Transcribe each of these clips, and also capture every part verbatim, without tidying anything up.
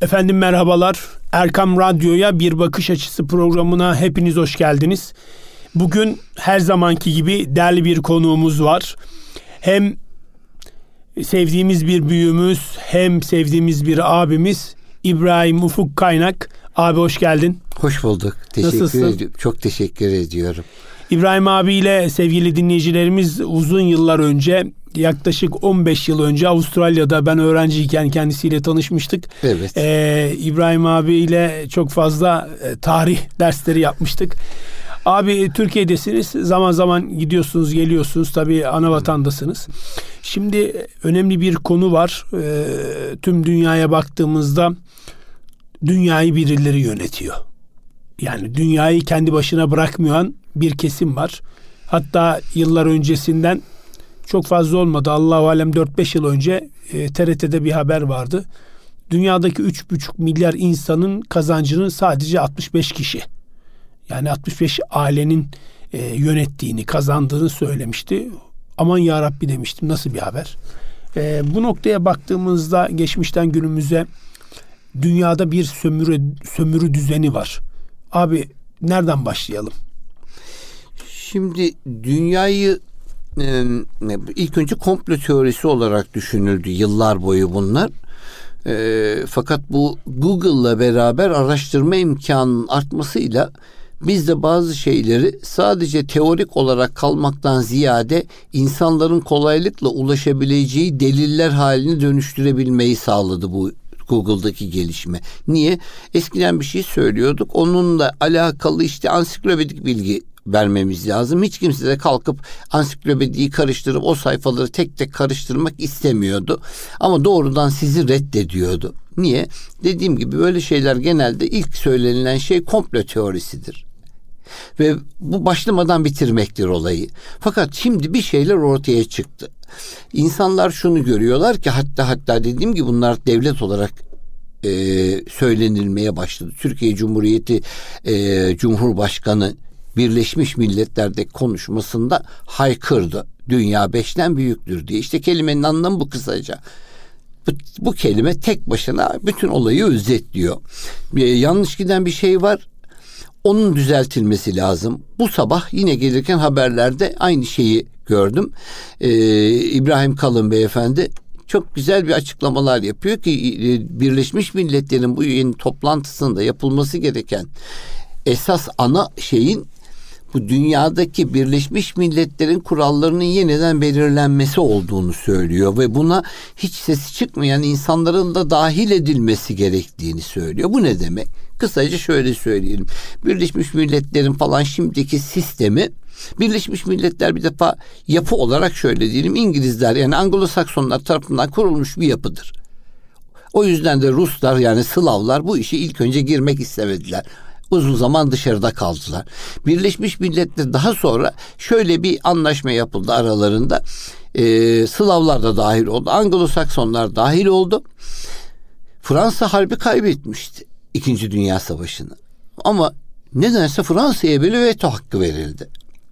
Efendim merhabalar. Erkam Radyo'ya Bir Bakış Açısı programına hepiniz hoş geldiniz. Bugün her zamanki gibi değerli bir konuğumuz var. Hem sevdiğimiz bir büyüğümüz hem sevdiğimiz bir abimiz İbrahim Ufuk Kaynak. Abi hoş geldin. Hoş bulduk. Teşekkür Nasılsın? ediyorum. Çok teşekkür ediyorum. İbrahim abiyle sevgili dinleyicilerimiz uzun yıllar önce, yaklaşık on beş yıl önce Avustralya'da ben öğrenciyken kendisiyle tanışmıştık. Evet. Ee, İbrahim abiyle çok fazla e, tarih dersleri yapmıştık. Abi Türkiye'desiniz, zaman zaman gidiyorsunuz geliyorsunuz, tabii ana vatandasınız. Şimdi önemli bir konu var. Ee, tüm dünyaya baktığımızda dünyayı birileri yönetiyor. Yani dünyayı kendi başına bırakmayan bir kesim var. Hatta yıllar öncesinden, çok fazla olmadı, Allahu alem dört beş yıl önce e, T R T'de bir haber vardı. Dünyadaki üç buçuk milyar insanın kazancının sadece altmış beş kişi, yani altmış beş ailenin e, yönettiğini, kazandığını söylemişti. Aman ya Rabbi demiştim, nasıl bir haber? E, bu noktaya baktığımızda geçmişten günümüze dünyada bir sömürü, sömürü düzeni var. Abi nereden başlayalım? Şimdi dünyayı e, ilk önce komplo teorisi olarak düşünüldü yıllar boyu bunlar. E, fakat bu Google'la beraber araştırma imkanının artmasıyla biz de bazı şeyleri sadece teorik olarak kalmaktan ziyade insanların kolaylıkla ulaşabileceği deliller haline dönüştürebilmeyi sağladı bu Google'daki gelişme. Niye? Eskiden bir şey söylüyorduk. Onunla alakalı işte ansiklopedik bilgi vermemiz lazım. Hiç kimse de kalkıp ansiklopediyi karıştırıp o sayfaları tek tek karıştırmak istemiyordu. Ama doğrudan sizi reddediyordu. Niye? Dediğim gibi böyle şeyler genelde ilk söylenilen şey komplo teorisidir. Ve bu başlamadan bitirmektir olayı. Fakat şimdi bir şeyler ortaya çıktı. İnsanlar şunu görüyorlar ki hatta hatta dediğim gibi bunlar devlet olarak e, söylenilmeye başladı. Türkiye Cumhuriyeti e, Cumhurbaşkanı Birleşmiş Milletler'de konuşmasında haykırdı. Dünya beşten büyüktür diye. İşte kelimenin anlamı bu kısaca. Bu, bu kelime tek başına bütün olayı özetliyor. E, yanlış giden bir şey var. Onun düzeltilmesi lazım. Bu sabah yine gelirken haberlerde aynı şeyi gördüm. Ee, İbrahim Kalın beyefendi çok güzel bir açıklamalar yapıyor ki Birleşmiş Milletler'in bu yeni toplantısında yapılması gereken esas ana şeyin bu dünyadaki Birleşmiş Milletler'in kurallarının yeniden belirlenmesi olduğunu söylüyor ve buna hiç sesi çıkmayan insanların da dahil edilmesi gerektiğini söylüyor. Bu ne demek? Kısaca şöyle söyleyelim. Birleşmiş Milletler'in falan şimdiki sistemi, Birleşmiş Milletler bir defa yapı olarak şöyle diyelim, İngilizler yani Anglo-Saksonlar tarafından kurulmuş bir yapıdır. O yüzden de Ruslar yani Slavlar bu işe ilk önce girmek istemediler. Uzun zaman dışarıda kaldılar. Birleşmiş Milletler daha sonra şöyle bir anlaşma yapıldı aralarında. Ee, Slavlar da dahil oldu. Anglo-Saksonlar dahil oldu. Fransa harbi kaybetmişti İkinci Dünya Savaşı'nı. Ama nedense Fransa'ya bile veto hakkı verildi.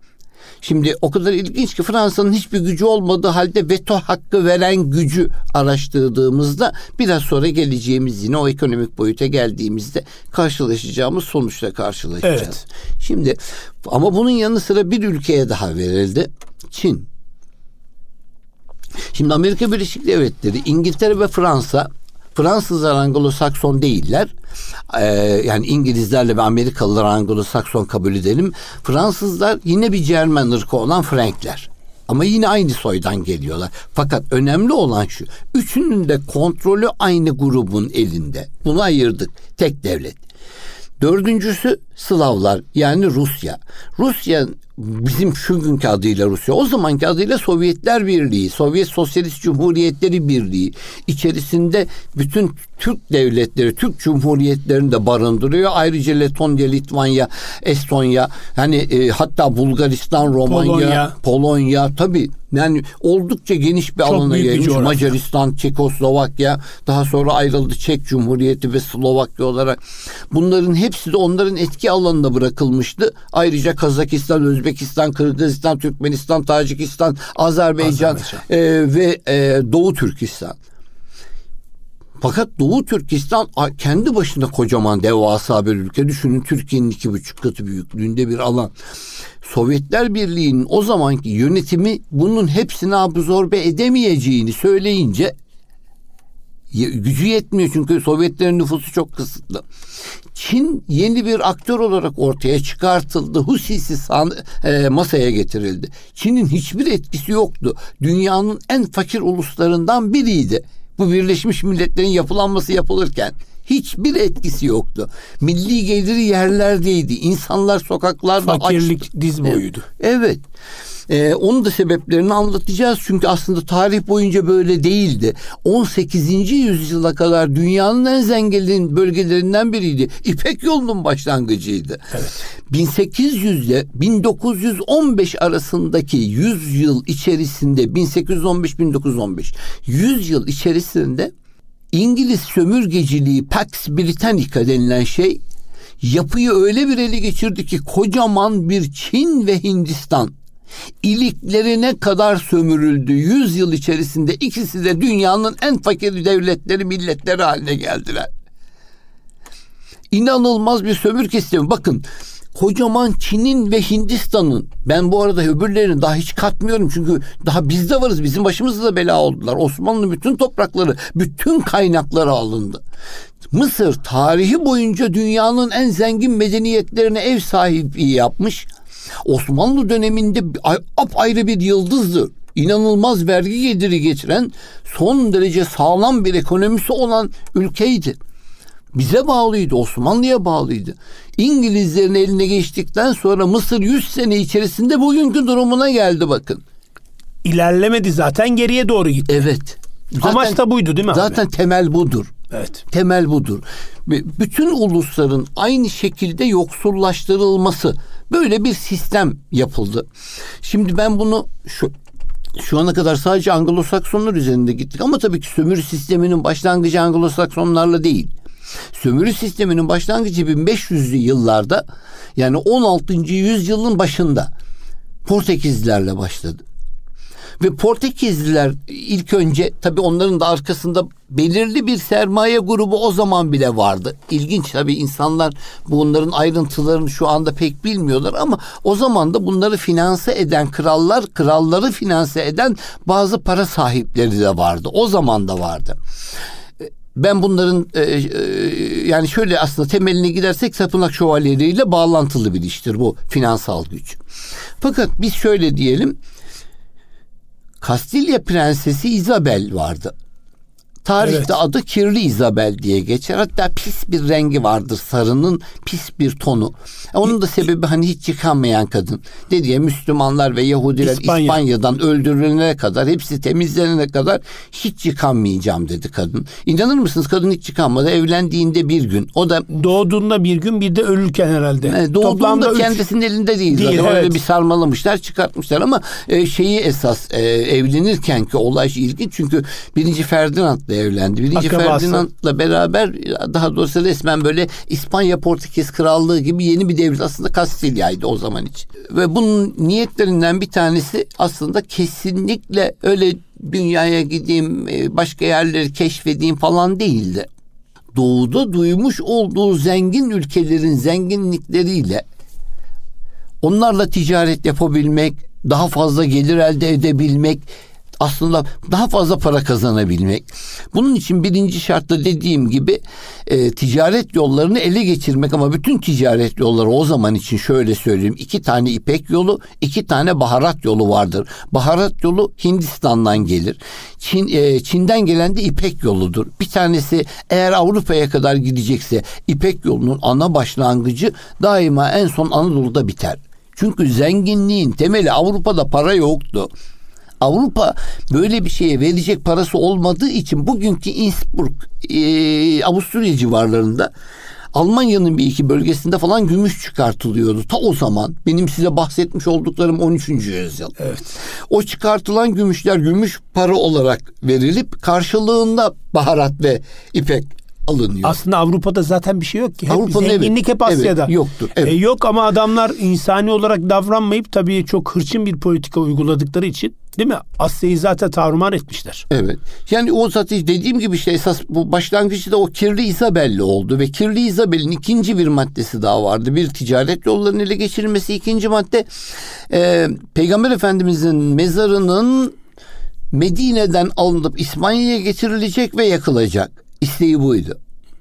Şimdi o kadar ilginç ki Fransa'nın hiçbir gücü olmadığı halde veto hakkı veren gücü araştırdığımızda biraz sonra geleceğimiz yine o ekonomik boyuta geldiğimizde karşılaşacağımız sonuçla karşılaşacağız. Evet. Şimdi ama bunun yanı sıra bir ülkeye daha verildi. Çin. Şimdi Amerika Birleşik Devletleri, İngiltere ve Fransa, Fransızlar Anglo-Sakson değiller. Ee, yani İngilizlerle ve Amerikalılar Anglo-Sakson kabul edelim. Fransızlar yine bir Cermen ırkı olan Frankler. Ama yine aynı soydan geliyorlar. Fakat önemli olan şu. Üçünün de kontrolü aynı grubun elinde. Bunu ayırdık. Tek devlet. Dördüncüsü Slavlar yani Rusya. Rusya bizim şu günkü adıyla Rusya, o zamanki adıyla Sovyetler Birliği, Sovyet Sosyalist Cumhuriyetleri Birliği içerisinde bütün Türk devletleri, Türk Cumhuriyetlerini de barındırıyor. Ayrıca Letonya, Litvanya, Estonya, hani e, hatta Bulgaristan, Romanya, Polonya, Polonya tabii yani oldukça geniş bir çok alana yayılmış. Macaristan, Çekoslovakya, daha sonra ayrıldı Çek Cumhuriyeti ve Slovakya olarak. Bunların hepsi de onların etki alanına bırakılmıştı. Ayrıca Kazakistan, Özbekistan, Kırgızistan, Türkmenistan, Tacikistan, Azerbaycan, Azerbaycan. E, ve e, Doğu Türkistan. Fakat Doğu Türkistan kendi başına kocaman devasa bir ülke. Düşünün, Türkiye'nin iki buçuk katı büyüklüğünde bir alan. Sovyetler Birliği'nin o zamanki yönetimi bunun hepsini absorbe edemeyeceğini söyleyince, gücü yetmiyor çünkü Sovyetlerin nüfusu çok kısıtlı. Çin yeni bir aktör olarak ortaya çıkartıldı. Husisi e, masaya getirildi. Çin'in hiçbir etkisi yoktu. Dünyanın en fakir uluslarından biriydi. Bu Birleşmiş Milletler'in yapılanması yapılırken hiçbir etkisi yoktu. Milli geliri yerlerdeydi. İnsanlar sokaklarda fakirlik açtı. diz boyuydu. Evet. Ee, onun da sebeplerini anlatacağız. Çünkü aslında tarih boyunca böyle değildi. on sekizinci yüzyıla kadar dünyanın en zengin bölgelerinden biriydi. İpek yolunun başlangıcıydı. Evet. bin sekiz yüz ile bin dokuz yüz on beş arasındaki yüz yıl içerisinde, bin sekiz yüz on beş bin dokuz yüz on beş yüz yıl içerisinde İngiliz sömürgeciliği, Pax Britannica denilen şey yapıyı öyle bir ele geçirdi ki kocaman bir Çin ve Hindistan iliklerine kadar sömürüldü. yüz yıl içerisinde ikisi de dünyanın en fakir devletleri, milletleri haline geldiler. İnanılmaz bir sömürge sistemi. Bakın, kocaman Çin'in ve Hindistan'ın, ben bu arada öbürlerini daha hiç katmıyorum çünkü daha biz de varız, bizim başımıza da bela oldular. Osmanlı bütün toprakları, bütün kaynakları alındı. Mısır tarihi boyunca dünyanın en zengin medeniyetlerine ev sahipliği yapmış. Osmanlı döneminde apayrı bir yıldızdır. İnanılmaz vergi geliri getiren, son derece sağlam bir ekonomisi olan ülkeydi. Bize bağlıydı, Osmanlı'ya bağlıydı. İngilizlerin eline geçtikten sonra Mısır yüz sene içerisinde bugünkü durumuna geldi bakın. İlerlemedi zaten, geriye doğru gitti. Evet. Zaten, amaç da buydu değil mi zaten abi? Zaten temel budur. Evet. Temel budur. Bütün ulusların aynı şekilde yoksullaştırılması, böyle bir sistem yapıldı. Şimdi ben bunu şu Şu ana kadar sadece Anglo-Saksonlar üzerinde gittik ama tabii ki sömürü sisteminin başlangıcı Anglo-Saksonlarla değil. Sömürü sisteminin başlangıcı bin beş yüzlü yıllarda, yani on altıncı yüzyılın başında Portekizlilerle başladı. Ve Portekizliler ilk önce, tabii onların da arkasında belirli bir sermaye grubu o zaman bile vardı. İlginç tabii, insanlar bunların ayrıntılarını şu anda pek bilmiyorlar ama o zaman da bunları finanse eden krallar, kralları finanse eden bazı para sahipleri de vardı. O zaman da vardı. Ben bunların e, e, yani şöyle, aslında temeline gidersek tapınak şövalyeleriyle bağlantılı bir iştir bu finansal güç. Fakat biz şöyle diyelim, Kastilya Prensesi Isabel vardı. Tarihte evet. Adı Kirli Isabel diye geçer. Hatta pis bir rengi vardır, sarının pis bir tonu. Onun da sebebi hani hiç yıkanmayan kadın. Dediği Müslümanlar ve Yahudiler İspanya. İspanya'dan öldürülene kadar, hepsi temizlenene kadar hiç yıkanmayacağım dedi kadın. İnanır mısınız, kadın hiç yıkanmadı. Evlendiğinde bir gün. O da doğduğunda bir gün, bir de ölürken herhalde. Yani doğduğunda kendisinin üç... elinde değil. değil evet. Öyle bir sarmalamışlar, çıkartmışlar ama e, şeyi esas e, evlenirken ki olay ilginç, çünkü birinci Ferdinand evlendi. Birinci Akabası. Ferdinand'la beraber, daha doğrusu resmen böyle İspanya Portekiz Krallığı gibi yeni bir devlet aslında Kastilya'ydı o zaman için. Ve bunun niyetlerinden bir tanesi aslında kesinlikle öyle dünyaya gideyim, başka yerleri keşfedeyim falan değildi. Doğuda duymuş olduğu zengin ülkelerin zenginlikleriyle onlarla ticaret yapabilmek, daha fazla gelir elde edebilmek, aslında daha fazla para kazanabilmek. Bunun için birinci şartta dediğim gibi e, ticaret yollarını ele geçirmek, ama bütün ticaret yolları o zaman için şöyle söyleyeyim. iki tane İpek yolu, iki tane baharat yolu vardır. Baharat yolu Hindistan'dan gelir. Çin, e, Çin'den gelen de İpek yoludur. Bir tanesi eğer Avrupa'ya kadar gidecekse İpek yolunun ana başlangıcı daima en son Anadolu'da biter. Çünkü zenginliğin temeli, Avrupa'da para yoktu. Avrupa böyle bir şeye verecek parası olmadığı için bugünkü Innsbruck, e, Avusturya civarlarında, Almanya'nın bir iki bölgesinde falan gümüş çıkartılıyordu. Ta o zaman, benim size bahsetmiş olduklarım on üçüncü yüzyıl. Evet. O çıkartılan gümüşler gümüş para olarak verilip karşılığında baharat ve ipek alınıyor. Aslında Avrupa'da zaten bir şey yok ki. Hep Avrupa'nın zenginlik evet, hep Asya'da. Evet, yoktur. Evet. E, yok ama adamlar insani olarak davranmayıp tabii çok hırçın bir politika uyguladıkları için Değil mi? Asya'yı zaten tarumar etmişler. Evet. Yani o zaten dediğim gibi işte esas bu başlangıcı da o Kirli Isabel'le oldu ve Kirli Isabel'in ikinci bir maddesi daha vardı. Bir, ticaret yollarının ele geçirilmesi. İkinci madde e, Peygamber Efendimizin mezarının Medine'den alınıp İspanya'ya getirilecek ve yakılacak. İsteği buydu.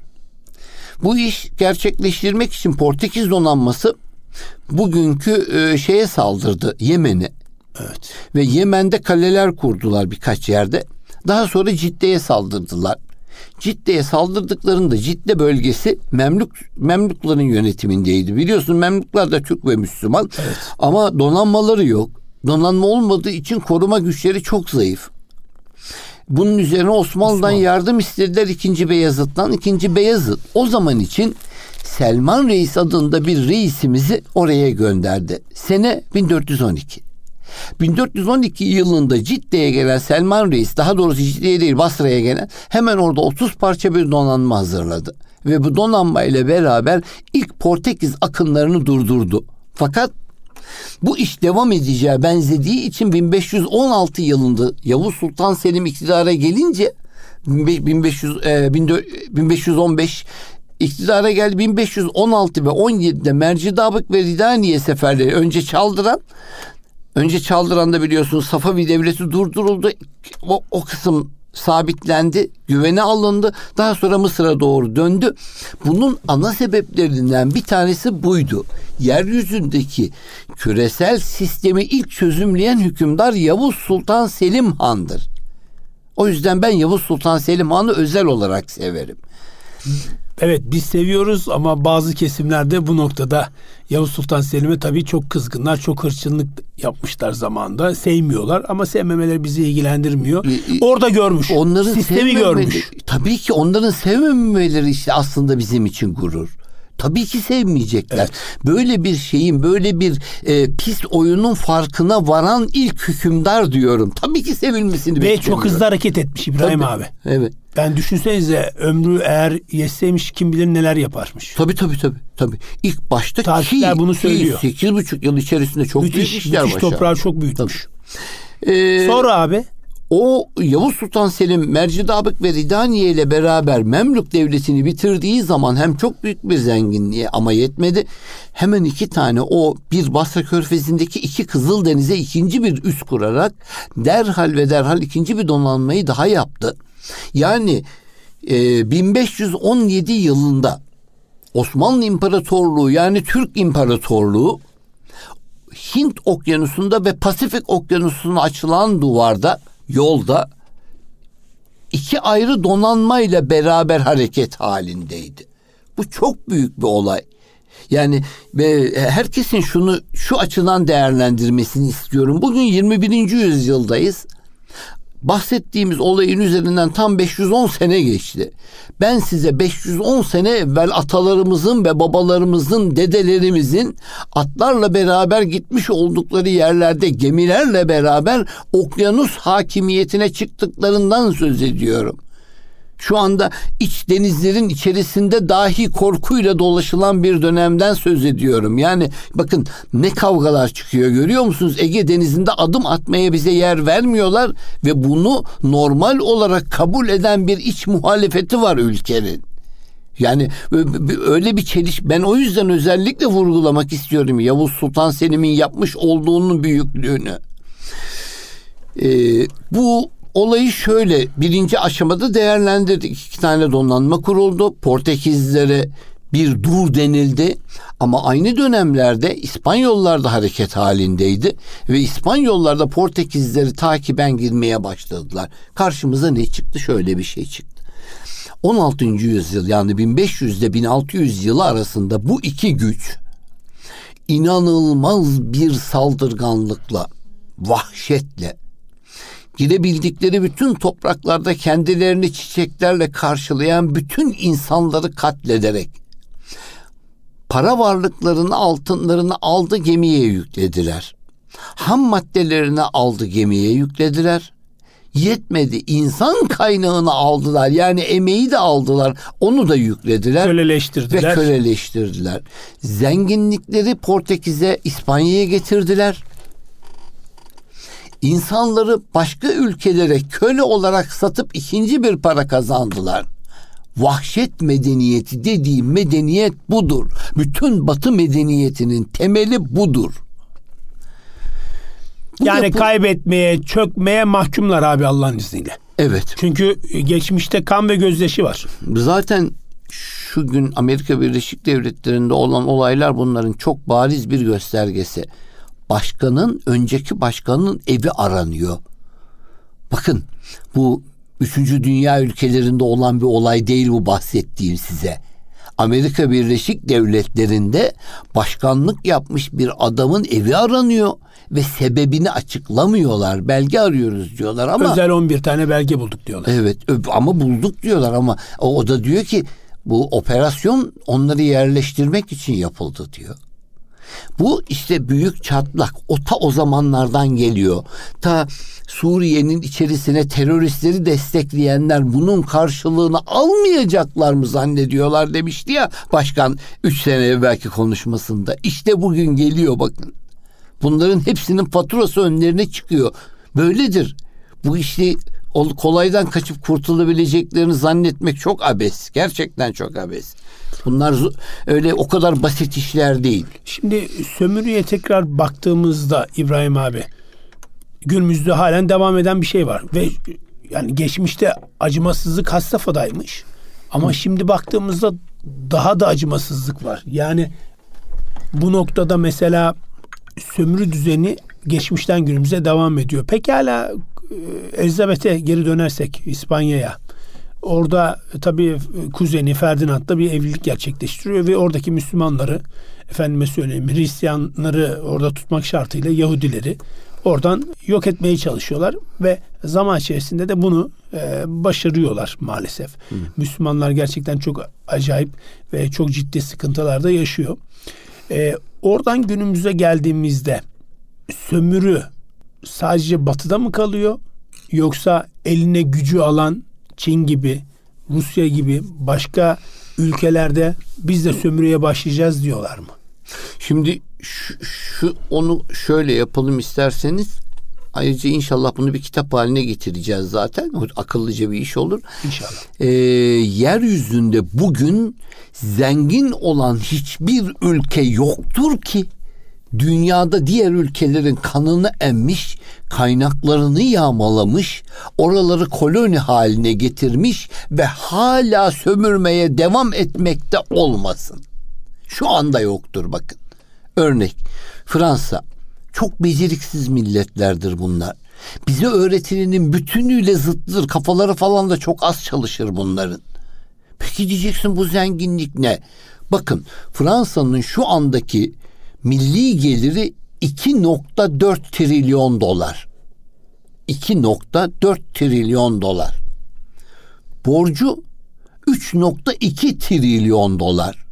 Bu iş gerçekleştirmek için Portekiz donanması bugünkü e, şeye saldırdı, Yemen'e. Evet. Ve Yemen'de kaleler kurdular birkaç yerde. Daha sonra Cidde'ye saldırdılar. Cidde'ye saldırdıklarında Cidde bölgesi Memlük Memlüklerin yönetimindeydi. Biliyorsun Memlükler de Türk ve Müslüman. Evet. Ama donanmaları yok. Donanma olmadığı için koruma güçleri çok zayıf. Bunun üzerine Osmanlı'dan Osmanlı. yardım istediler ikinci Beyazıt'tan. ikinci Beyazıt o zaman için Selman Reis adında bir reisimizi oraya gönderdi. Sene bin dört yüz on iki. bin dört yüz on iki yılında Cidde'ye gelen Selman Reis, daha doğrusu Cidde'ye değil Basra'ya gelen, hemen orada otuz parça bir donanma hazırladı. Ve bu donanma ile beraber ilk Portekiz akınlarını durdurdu. Fakat bu iş devam edeceği benzediği için bin beş yüz on altı yılında Yavuz Sultan Selim iktidara gelince bin beş yüz, e, bin beş yüz on beş iktidara geldi. bin beş yüz on altı ve on yedide Mercidabık ve Ridaniye seferleri önce Çaldıran önce Çaldıran'da biliyorsunuz Safavi Devleti durduruldu. O, o kısım sabitlendi, güvene alındı. Daha sonra Mısır'a doğru döndü. Bunun ana sebeplerinden bir tanesi buydu. Yeryüzündeki küresel sistemi ilk çözümleyen hükümdar Yavuz Sultan Selim Han'dır. O yüzden ben Yavuz Sultan Selim Han'ı özel olarak severim. Evet, biz seviyoruz ama bazı kesimlerde bu noktada Yavuz Sultan Selim'e tabii çok kızgınlar, çok hırçınlık yapmışlar zamanında. Sevmiyorlar ama sevmemeleri bizi ilgilendirmiyor. Orada görmüş, onların sistemi görmüş. Tabii ki onların sevmemeleri işte aslında bizim için gurur. Tabii ki sevmeyecekler. Evet. Böyle bir şeyin, böyle bir e, pis oyunun farkına varan ilk hükümdar diyorum. Tabii ki sevilmesini ve bekliyorum. Çok hızlı hareket etmiş İbrahim tabii. abi. Evet. Ben düşünsenize ömrü eğer yetseymiş kim bilir neler yaparmış. Tabii tabii tabii. tabii. İlk başta tarihler bunu söylüyor. sekiz buçuk yıl içerisinde çok müthiş, büyük işler müthiş başardı. Toprağı çok büyütmüş. Ee, Sonra abi? O Yavuz Sultan Selim Mercidabık ve Ridaniye ile beraber Memlük Devleti'ni bitirdiği zaman hem çok büyük bir zenginliğe ama yetmedi. Hemen iki tane o bir Basra Körfezi'ndeki iki Kızıldeniz'e ikinci bir üs kurarak derhal ve derhal ikinci bir donanmayı daha yaptı. Yani e, bin beş yüz on yedi yılında Osmanlı İmparatorluğu yani Türk İmparatorluğu Hint Okyanusu'nda ve Pasifik Okyanusu'na açılan duvarda yolda iki ayrı donanmayla beraber hareket halindeydi. Bu çok büyük bir olay. Yani ve herkesin şunu şu açıdan değerlendirmesini istiyorum. Bugün yirmi birinci yüzyıldayız. Bahsettiğimiz olayın üzerinden tam beş yüz on sene geçti. Ben size beş yüz on sene evvel atalarımızın ve babalarımızın, dedelerimizin atlarla beraber gitmiş oldukları yerlerde gemilerle beraber okyanus hakimiyetine çıktıklarından söz ediyorum. Şu anda iç denizlerin içerisinde dahi korkuyla dolaşılan bir dönemden söz ediyorum. Yani bakın ne kavgalar çıkıyor görüyor musunuz? Ege Denizi'nde adım atmaya bize yer vermiyorlar ve bunu normal olarak kabul eden bir iç muhalefeti var ülkenin. Yani öyle bir çeliş, ben o yüzden özellikle vurgulamak istiyorum Yavuz Sultan Selim'in yapmış olduğunun büyüklüğünü. Ee, bu olayı şöyle birinci aşamada değerlendirdik. İki tane donanma kuruldu. Portekizlilere bir dur denildi. Ama aynı dönemlerde İspanyollar da hareket halindeydi. Ve İspanyollar da Portekizlileri takiben girmeye başladılar. Karşımıza ne çıktı? Şöyle bir şey çıktı. on altıncı yüzyıl yani bin beş yüz ile bin altı yüz yılı arasında bu iki güç inanılmaz bir saldırganlıkla, vahşetle girebildikleri bütün topraklarda kendilerini çiçeklerle karşılayan bütün insanları katlederek para varlıklarını, altınlarını aldı gemiye yüklediler. Ham maddelerini aldı gemiye yüklediler. Yetmedi, insan kaynağını aldılar. Yani emeği de aldılar. Onu da yüklediler. Köleleştirdiler. Ve köleleştirdiler. Zenginlikleri Portekiz'e, İspanya'ya getirdiler. İnsanları başka ülkelere köle olarak satıp ikinci bir para kazandılar. Vahşet medeniyeti dediğim medeniyet budur. Bütün Batı medeniyetinin temeli budur. Bu yani yapı... kaybetmeye, çökmeye mahkumlar abi Allah'ın izniyle. Evet. Çünkü geçmişte kan ve gözyaşı var. Zaten şu gün Amerika Birleşik Devletleri'nde olan olaylar bunların çok bariz bir göstergesi. Başkanın, önceki başkanın evi aranıyor. Bakın, bu üçüncü dünya ülkelerinde olan bir olay değil bu bahsettiğim size. Amerika Birleşik Devletleri'nde başkanlık yapmış bir adamın evi aranıyor ve sebebini açıklamıyorlar. Belge arıyoruz diyorlar ama... Özel on bir tane belge bulduk diyorlar. Evet ama bulduk diyorlar ama o da diyor ki bu operasyon onları yerleştirmek için yapıldı diyor. Bu işte büyük çatlak. O ta o zamanlardan geliyor. Ta Suriye'nin içerisine teröristleri destekleyenler bunun karşılığını almayacaklar mı zannediyorlar demişti ya başkan üç sene evvelki konuşmasında. İşte bugün geliyor bakın. Bunların hepsinin faturası önlerine çıkıyor. Böyledir. Bu işte kolaydan kaçıp kurtulabileceklerini zannetmek çok abes. Gerçekten çok abes. Bunlar öyle o kadar basit işler değil. Şimdi sömürüye tekrar baktığımızda İbrahim abi, günümüzde halen devam eden bir şey var ve yani geçmişte acımasızlık has safhadaymış ama Hı. şimdi baktığımızda daha da acımasızlık var. Yani bu noktada mesela sömürü düzeni geçmişten günümüze devam ediyor. Pekala Elizabeth'e geri dönersek, İspanya'ya. Orada tabii kuzeni Ferdinand'la bir evlilik gerçekleştiriyor ve oradaki Müslümanları, efendime söyleyeyim Hristiyanları orada tutmak şartıyla Yahudileri oradan yok etmeye çalışıyorlar ve zaman içerisinde de bunu e, başarıyorlar maalesef. Hı. Müslümanlar gerçekten çok acayip ve çok ciddi sıkıntılarda yaşıyor. E, oradan günümüze geldiğimizde sömürü sadece batıda mı kalıyor yoksa eline gücü alan Çin gibi, Rusya gibi başka ülkelerde biz de sömürüye başlayacağız diyorlar mı? Şimdi şu, şu onu şöyle yapalım isterseniz. Ayrıca inşallah bunu bir kitap haline getireceğiz zaten. Akıllıca bir iş olur. İnşallah. Ee, yeryüzünde bugün zengin olan hiçbir ülke yoktur ki dünyada diğer ülkelerin kanını emmiş, kaynaklarını yağmalamış, oraları koloni haline getirmiş ve hala sömürmeye devam etmekte olmasın. Şu anda yoktur bakın. Örnek Fransa. Çok beceriksiz milletlerdir bunlar. Bize öğretilenin bütünüyle zıttıdır. Kafaları falan da çok az çalışır bunların. Peki diyeceksin bu zenginlik ne? Bakın Fransa'nın şu andaki milli geliri iki virgül dört trilyon dolar. iki virgül dört trilyon dolar. Borcu üç virgül iki trilyon dolar.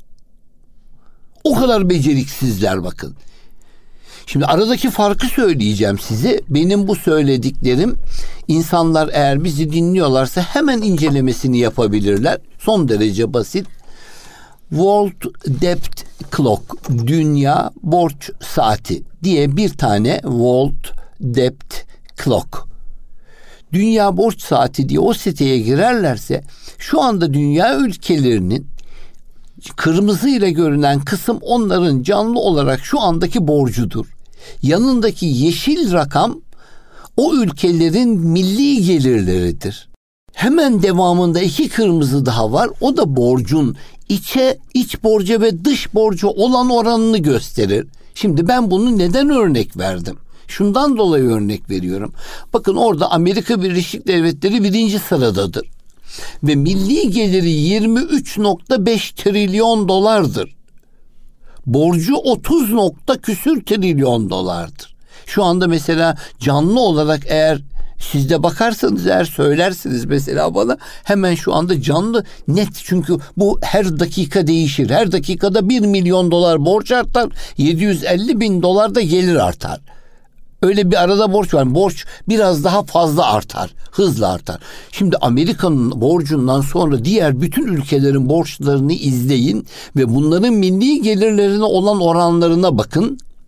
O kadar beceriksizler bakın. Şimdi aradaki farkı söyleyeceğim size. Benim bu söylediklerim insanlar eğer bizi dinliyorlarsa hemen incelemesini yapabilirler. Son derece basit. World Debt Clock, Dünya Borç Saati diye bir tane World Debt Clock. Dünya Borç Saati diye o siteye girerlerse şu anda dünya ülkelerinin kırmızı ile görünen kısım onların canlı olarak şu andaki borcudur. Yanındaki yeşil rakam o ülkelerin milli gelirleridir. Hemen devamında iki kırmızı daha var. O da borcun içe, iç borca ve dış borcu olan oranını gösterir. Şimdi ben bunu neden örnek verdim? Şundan dolayı örnek veriyorum. Bakın orada Amerika Birleşik Devletleri birinci sıradadır. Ve milli geliri yirmi üç virgül beş trilyon dolardır. Borcu otuz nokta küsür trilyon dolardır. Şu anda mesela canlı olarak eğer siz de bakarsanız eğer söylersiniz mesela bana hemen şu anda canlı net çünkü bu her dakika değişir. Her dakikada bir milyon dolar borç artar, yedi yüz elli bin dolar da gelir artar. Öyle bir arada borç var. Borç biraz daha fazla artar. Hızla artar. Şimdi Amerika'nın borcundan sonra diğer bütün ülkelerin borçlarını izleyin ve bunların milli gelirlerine olan oranlarına bakın.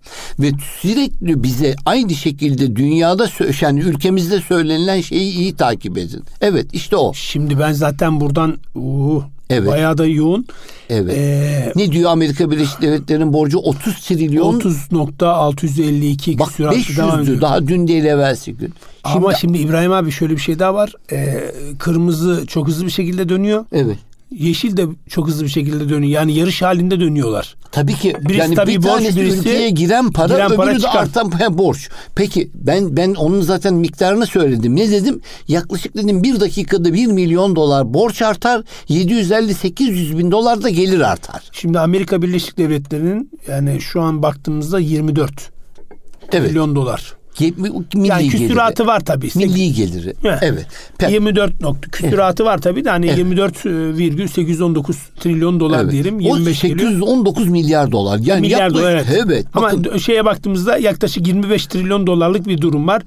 Ve sürekli bize aynı şekilde dünyada yani ülkemizde söylenilen şeyi iyi takip edin. Evet, işte o. Şimdi ben zaten buradan uh, evet. bayağı da yoğun. Evet. Ee, ne diyor Amerika Birleşik Devletleri'nin borcu? otuz trilyon. otuz nokta altı yüz elli iki Bak beş yüzdü daha dün değil evvelsi gün. Şimdi, Ama şimdi İbrahim abi şöyle bir şey daha var. Ee, kırmızı çok hızlı bir şekilde dönüyor. Evet. Yeşil de çok hızlı bir şekilde dönüyor. Yani yarış halinde dönüyorlar. Tabii ki. Birisi yani tabii bir borç, tanesi birisi ülkeye giren para, giren para öbürü de çıkar. artan borç. Peki ben ben onun zaten miktarını söyledim. Ne dedim? Yaklaşık dedim bir dakikada bir milyon dolar borç artar. yedi yüz elli sekiz yüz bin dolar da gelir artar. Şimdi Amerika Birleşik Devletleri'nin yani şu an baktığımızda yirmi dört evet. milyon dolar. Milli yani küsuratı geliri. var tabii. Milli geliri. Heh. Evet. yirmi dört nokta küsuratı evet. var tabii de hani evet. yirmi dört virgül sekiz yüz on dokuz trilyon dolar evet. diyelim. yirmi beş o sekiz yüz on dokuz geliyor. Milyar dolar. Yani milyar yaklaşık, dolar evet. evet. Ama bakın. şeye baktığımızda yaklaşık yirmi beş trilyon dolarlık bir durum var.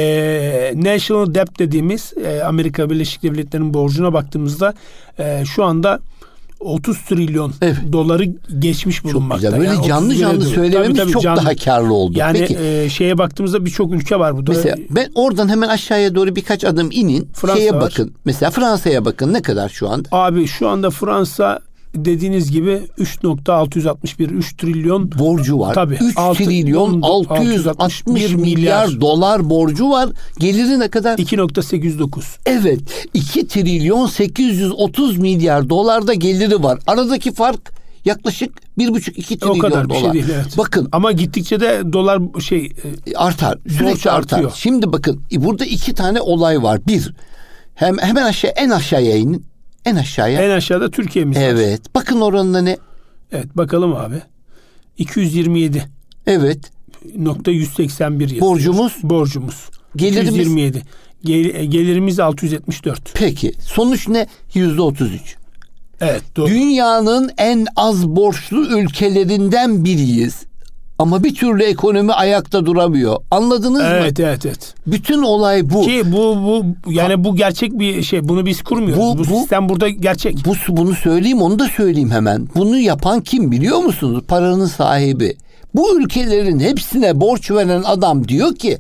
Ee, National Debt dediğimiz e, Amerika Birleşik Devletleri'nin borcuna baktığımızda e, şu anda otuz trilyon evet. doları geçmiş bulunmakta. Çok güzel. Böyle yani canlı canlı söylememiz tabii, tabii, çok canlı. Daha karlı oldu. Yani Peki. E, şeye baktığımızda birçok ülke var burada. Mesela ben oradan hemen aşağıya doğru birkaç adım inin. Fransa şeye var. bakın. Mesela Fransa'ya bakın ne kadar şu anda? Abi şu anda Fransa dediğiniz gibi üç nokta altı yüz altmış bir üç trilyon borcu var. Tabii. üç trilyon altı yüz altmış milyar, milyar dolar borcu var. Geliri ne kadar? iki nokta sekiz yüz dokuz. Evet. iki trilyon sekiz yüz otuz milyar dolarda geliri var. Aradaki fark yaklaşık bir buçuk iki trilyon o kadar dolar. Bir şey değil, evet. Bakın. Ama gittikçe de dolar şey artar. Sürekli artar. Artıyor. Şimdi bakın burada iki tane olay var. Bir, hem hemen aşağı en aşağıya inin. En aşağıya. En aşağıda Türkiye'miz var. Evet. Bakın oranına ne? Evet bakalım abi. iki yüz yirmi yedi. Evet. Nokta yüz seksen bir yazıyor. Borcumuz? Borcumuz. Gelirimiz? iki yüz yirmi yedi. Gel, gelirimiz altı yüz yetmiş dört. Peki. Sonuç ne? yüzde otuz üç. Evet doğru. Dünyanın en az borçlu ülkelerinden biriyiz. Ama bir türlü ekonomi ayakta duramıyor. Anladınız evet, mı? Evet evet evet. Bütün olay bu. Ki bu bu yani ha, bu gerçek bir şey. Bunu biz kurmuyoruz. Bu, bu, bu sistem burada gerçek. Bu bunu söyleyeyim, onu da söyleyeyim hemen. Bunu yapan kim biliyor musunuz? Paranın sahibi. Bu ülkelerin hepsine borç veren adam diyor ki,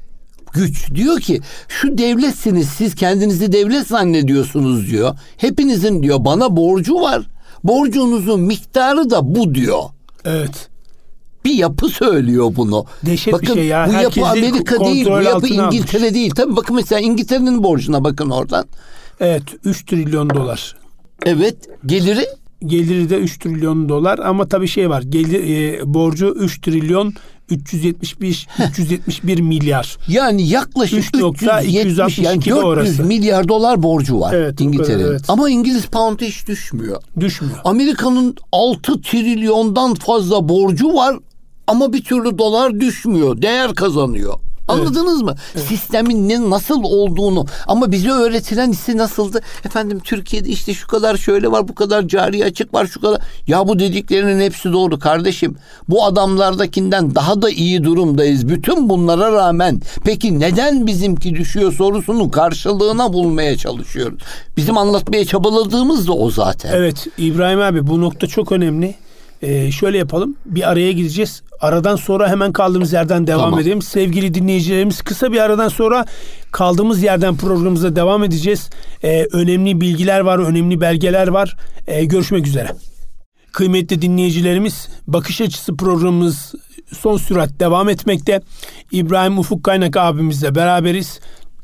güç diyor ki şu devletsiniz, siz kendinizi devlet zannediyorsunuz diyor. Hepinizin diyor bana borcu var. Borcunuzun miktarı da bu diyor. Evet. Bir yapı söylüyor bunu. Dehşet bakın, bir şey ya. Bu Herkesi yapı Amerika değil, bu yapı İngiltere almış. değil. Tabii bakın mesela İngiltere'nin borcuna bakın oradan. Evet, üç trilyon dolar. Evet, geliri? Geliri de üç trilyon dolar ama tabii şey var. Gelir, e, borcu üç trilyon üç yüz yetmiş bir üç yüz yetmiş bir milyar. Yani yaklaşık üç yüz yetmiş yani dört yüz orası. Milyar dolar borcu var evet, İngiltere'nin. Evet. Ama İngiliz pound'u hiç düşmüyor. Düşmüyor. Amerika'nın altı trilyondan fazla borcu var ama bir türlü dolar düşmüyor. Değer kazanıyor. Anladınız evet. mı? Evet. Sistemin ne, nasıl olduğunu. Ama bize öğretilen ise nasıldı? Efendim Türkiye'de işte şu kadar şöyle var, bu kadar cari açık var, şu kadar. Ya bu dediklerinin hepsi doğru kardeşim. Bu adamlardakinden daha da iyi durumdayız. Bütün bunlara rağmen peki neden bizimki düşüyor sorusunun karşılığına bulmaya çalışıyoruz. Bizim anlatmaya çabaladığımız da o zaten. Evet İbrahim abi bu nokta çok önemli. Ee, şöyle yapalım. Bir araya gideceğiz. Aradan sonra hemen kaldığımız yerden devam tamam. edelim. Sevgili dinleyicilerimiz kısa bir aradan sonra kaldığımız yerden programımıza devam edeceğiz. Ee, önemli bilgiler var, önemli belgeler var. Ee, görüşmek üzere. Kıymetli dinleyicilerimiz, Bakış Açısı programımız son sürat devam etmekte. İbrahim Ufuk Kaynak abimizle beraberiz.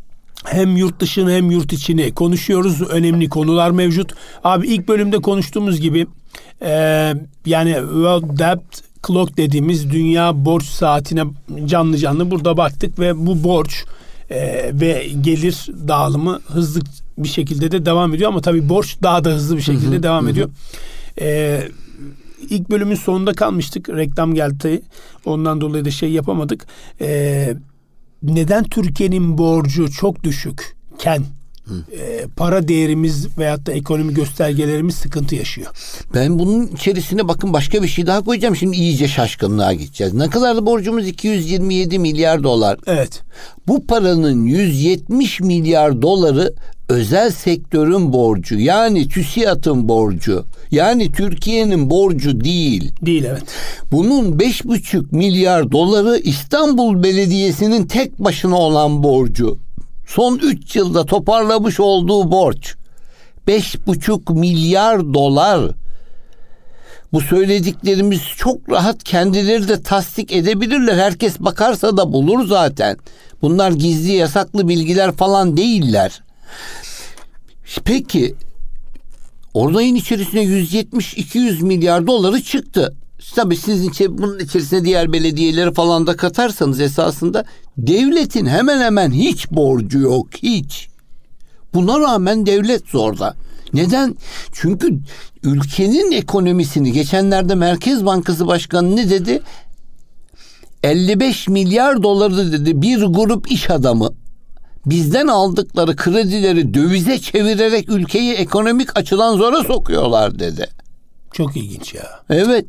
Hem yurt dışını hem yurt içini konuşuyoruz. Önemli konular mevcut. Abi ilk bölümde konuştuğumuz gibi e, yani World Debt Clock dediğimiz dünya borç saatine canlı canlı burada baktık ve bu borç e, ve gelir dağılımı hızlı bir şekilde de devam ediyor ama tabii borç daha da hızlı bir şekilde hı hı, devam hı. ediyor. E, ilk bölümün sonunda kalmıştık. Reklam geldi. Ondan dolayı da şey yapamadık. E, neden Türkiye'nin borcu çok düşükken e, para değerimiz veyahut da ekonomi göstergelerimiz sıkıntı yaşıyor? Ben bunun içerisine bakın başka bir şey daha koyacağım. Şimdi iyice şaşkınlığa gideceğiz. Ne kadar da borcumuz? iki yüz yirmi yedi milyar dolar. Evet. Bu paranın yüz yetmiş milyar doları özel sektörün borcu, yani TÜSİAD'ın borcu, yani Türkiye'nin borcu değil. Değil, evet. Bunun beş buçuk milyar doları İstanbul Belediyesi'nin tek başına olan borcu. Son üç yılda toparlamış olduğu borç. beş buçuk milyar dolar. Bu söylediklerimiz çok rahat kendileri de tasdik edebilirler. Herkes bakarsa da bulur zaten. Bunlar gizli yasaklı bilgiler falan değiller. Peki olayın içerisine yüz yetmiş iki yüz milyar doları çıktı. Tabii sizin bunun içerisine diğer belediyeleri falan da katarsanız esasında devletin hemen hemen hiç borcu yok, hiç. Buna rağmen devlet zorda. Neden? Çünkü ülkenin ekonomisini geçenlerde Merkez Bankası Başkanı ne dedi? elli beş milyar doları dedi bir grup iş adamı bizden aldıkları kredileri dövize çevirerek ülkeyi ekonomik açıdan zora sokuyorlar dedi. Çok ilginç ya. Evet.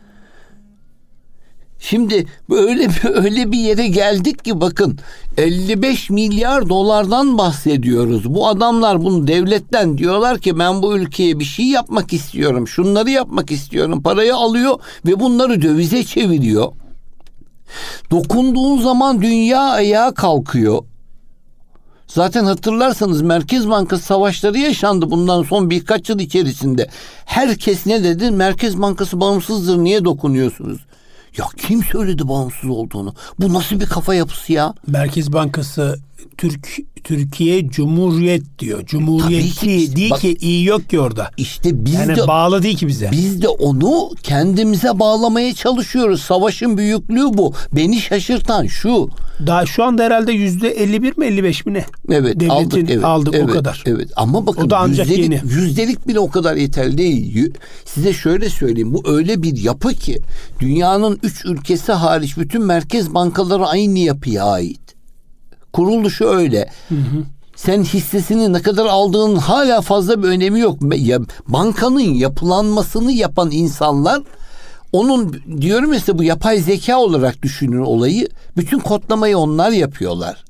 Şimdi öyle bir, öyle bir yere geldik ki bakın elli beş milyar dolardan bahsediyoruz. Bu adamlar bunu devletten diyorlar ki ben bu ülkeye bir şey yapmak istiyorum. Şunları yapmak istiyorum. Parayı alıyor ve bunları dövize çeviriyor. Dokunduğun zaman dünya ayağa kalkıyor. Zaten hatırlarsanız Merkez Bankası savaşları yaşandı bundan son birkaç yıl içerisinde. Herkes ne dedi? Merkez Bankası bağımsızdır, niye dokunuyorsunuz? Ya kim söyledi bağımsız olduğunu? Bu nasıl bir kafa yapısı ya? Merkez Bankası Türk Türkiye Cumhuriyet diyor. Cumhuriyeti ki, değil bak, ki iyi yok ki orada. İşte biz yani de bağlı değil ki bize. Biz de onu kendimize bağlamaya çalışıyoruz. Savaşın büyüklüğü bu. Beni şaşırtan şu. Daha şu anda herhalde yüzde elli bir mi elli beş mi ne? Evet, devletin aldık, evet, aldık evet, o kadar. Evet. Ama bakın o da ancak yüzdelik, yeni. yüzdelik bile o kadar yeterli değil. Size şöyle söyleyeyim. Bu öyle bir yapı ki dünyanın üç ülkesi hariç bütün merkez bankaları aynı yapıya ait. Kuruluşu öyle. Hı hı. Sen hissesini ne kadar aldığın hala fazla bir önemi yok. Ya, bankanın yapılanmasını yapan insanlar, onun diyorum ya size, bu yapay zeka olarak düşünün olayı. Bütün kodlamayı onlar yapıyorlar.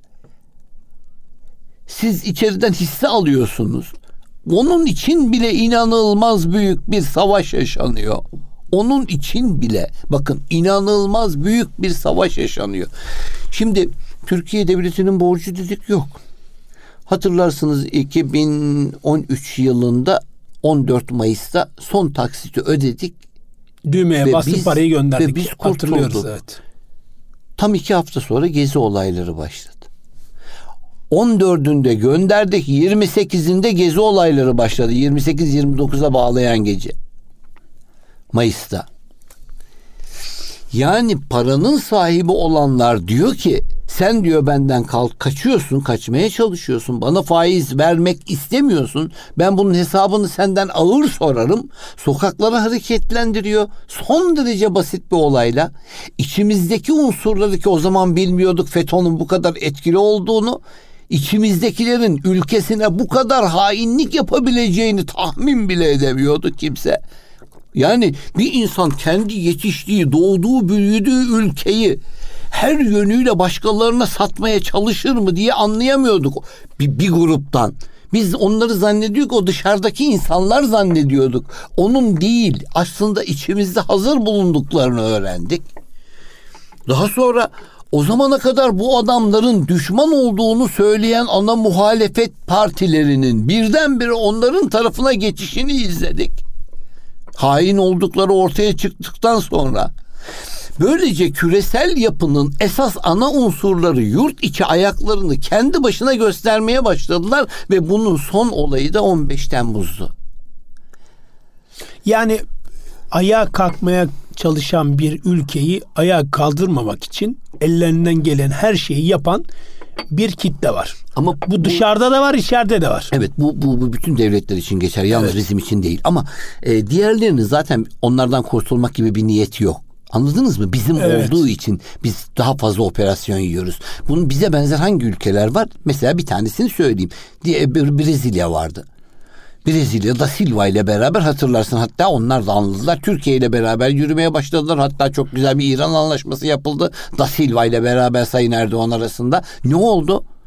Siz içeriden hisse alıyorsunuz. Onun için bile inanılmaz büyük bir savaş yaşanıyor. Onun için bile bakın inanılmaz büyük bir savaş yaşanıyor. Şimdi Türkiye Devleti'nin borcu dedik yok. Hatırlarsınız iki bin on üç yılında on dört Mayıs'ta son taksiti ödedik. Düğmeye basıp biz, parayı gönderdik. Ve biz kurtulduk. Evet. Tam iki hafta sonra gezi olayları başladı. on dördünde gönderdik. yirmi sekizinde gezi olayları başladı. yirmi sekiz yirmi dokuza bağlayan gece. Mayıs'ta. Yani paranın sahibi olanlar diyor ki sen diyor benden kalk, kaçıyorsun, kaçmaya çalışıyorsun. Bana faiz vermek istemiyorsun. Ben bunun hesabını senden ağır sorarım. Sokakları hareketlendiriyor. Son derece basit bir olayla. İçimizdeki unsurları ki o zaman bilmiyorduk FETÖ'nün bu kadar etkili olduğunu, içimizdekilerin ülkesine bu kadar hainlik yapabileceğini tahmin bile edemiyordu kimse. Yani bir insan kendi yetiştiği, doğduğu, büyüdüğü ülkeyi her yönüyle başkalarına satmaya çalışır mı diye anlayamıyorduk bir, bir gruptan. Biz onları zannediyorduk, o dışarıdaki insanlar zannediyorduk. Onun değil, aslında içimizde hazır bulunduklarını öğrendik. Daha sonra o zamana kadar bu adamların düşman olduğunu söyleyen ana muhalefet partilerinin birdenbire onların tarafına geçişini izledik. Hain oldukları ortaya çıktıktan sonra. Böylece küresel yapının esas ana unsurları yurt içi ayaklarını kendi başına göstermeye başladılar ve bunun son olayı da on beş Temmuz'du. Yani ayağa kalkmaya çalışan bir ülkeyi ayağa kaldırmamak için ellerinden gelen her şeyi yapan bir kitle var. Ama bu, bu dışarıda da var, içeride de var. Evet, bu bu, bu bütün devletler için geçer. Yalnız evet. Bizim için değil. Ama e, diğerlerinin zaten onlardan kurtulmak gibi bir niyeti yok. Anladınız mı? Bizim evet. olduğu için biz daha fazla operasyon yiyoruz. Bunun bize benzer hangi ülkeler var? Mesela bir tanesini söyleyeyim. Diye bir Brezilya vardı. Brezilya'da Silva ile beraber, hatırlarsın, hatta onlar da anladılar. Türkiye ile beraber yürümeye başladılar. Hatta çok güzel bir İran anlaşması yapıldı. Da Silva ile beraber Sayın Erdoğan arasında. Ne oldu?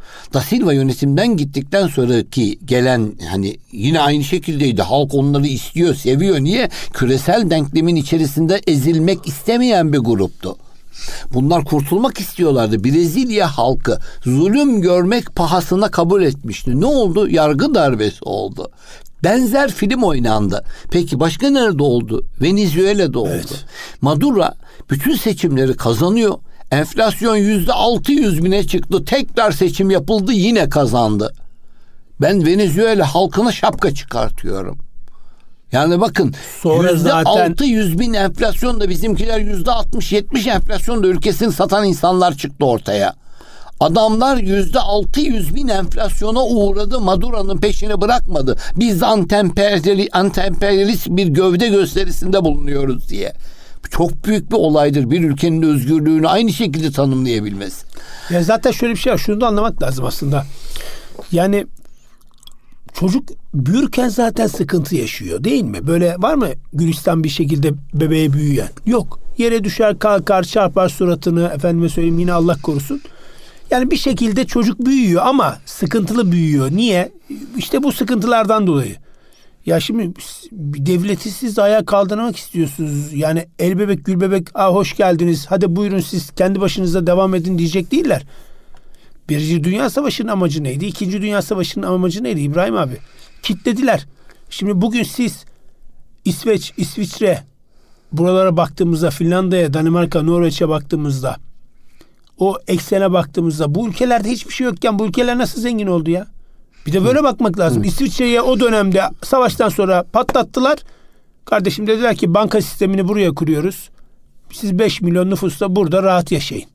Da Silva yönetimden gittikten sonraki gelen hani yine aynı şekildeydi. Halk onları istiyor, seviyor. Niye? Küresel denklemin içerisinde ezilmek istemeyen bir gruptu. Bunlar kurtulmak istiyorlardı. Brezilya halkı zulüm görmek pahasına kabul etmişti. Ne oldu? Yargı darbesi oldu. Benzer film oynandı. Peki başka nerede oldu? Venezuela'da oldu. Evet. Maduro bütün seçimleri kazanıyor. Enflasyon yüzde altı yüz bine çıktı. Tekrar seçim yapıldı, yine kazandı. Ben Venezuela halkına şapka çıkartıyorum. Yani bakın yüzde altı yüz bin enflasyon da bizimkiler yüzde altmış yetmiş enflasyon da ülkesini satan insanlar çıktı ortaya. Adamlar yüzde altı yüz bin enflasyona uğradı. Maduro'nun peşini bırakmadı. Biz anti-emperyalist bir gövde gösterisinde bulunuyoruz diye. Çok büyük bir olaydır bir ülkenin özgürlüğünü aynı şekilde tanımlayabilmesi. Ya zaten şöyle bir şey var. Şunu da anlamak lazım aslında. Yani çocuk büyürken zaten sıkıntı yaşıyor değil mi? Böyle var mı Gülistan bir şekilde bebeğe büyüyen? Yok. Yere düşer, kalkar, çarpar suratını, efendime söyleyeyim yine Allah korusun. Yani bir şekilde çocuk büyüyor ama sıkıntılı büyüyor. Niye? İşte bu sıkıntılardan dolayı. Ya şimdi devleti siz ayağa kaldırmak istiyorsunuz. Yani el bebek gül bebek ah hoş geldiniz. Hadi buyurun siz kendi başınıza devam edin diyecek değiller. Birinci Dünya Savaşı'nın amacı neydi? İkinci Dünya Savaşı'nın amacı neydi İbrahim abi? Kitlediler. Şimdi bugün siz İsveç, İsviçre buralara baktığımızda Finlandiya'ya, Danimarka, Norveç'e baktığımızda o eksene baktığımızda bu ülkelerde hiçbir şey yokken bu ülkeler nasıl zengin oldu ya? Bir de böyle bakmak lazım. Hı. İsviçre'ye o dönemde savaştan sonra patlattılar. Kardeşim dediler ki banka sistemini buraya kuruyoruz. Siz beş milyon nüfusla burada rahat yaşayın.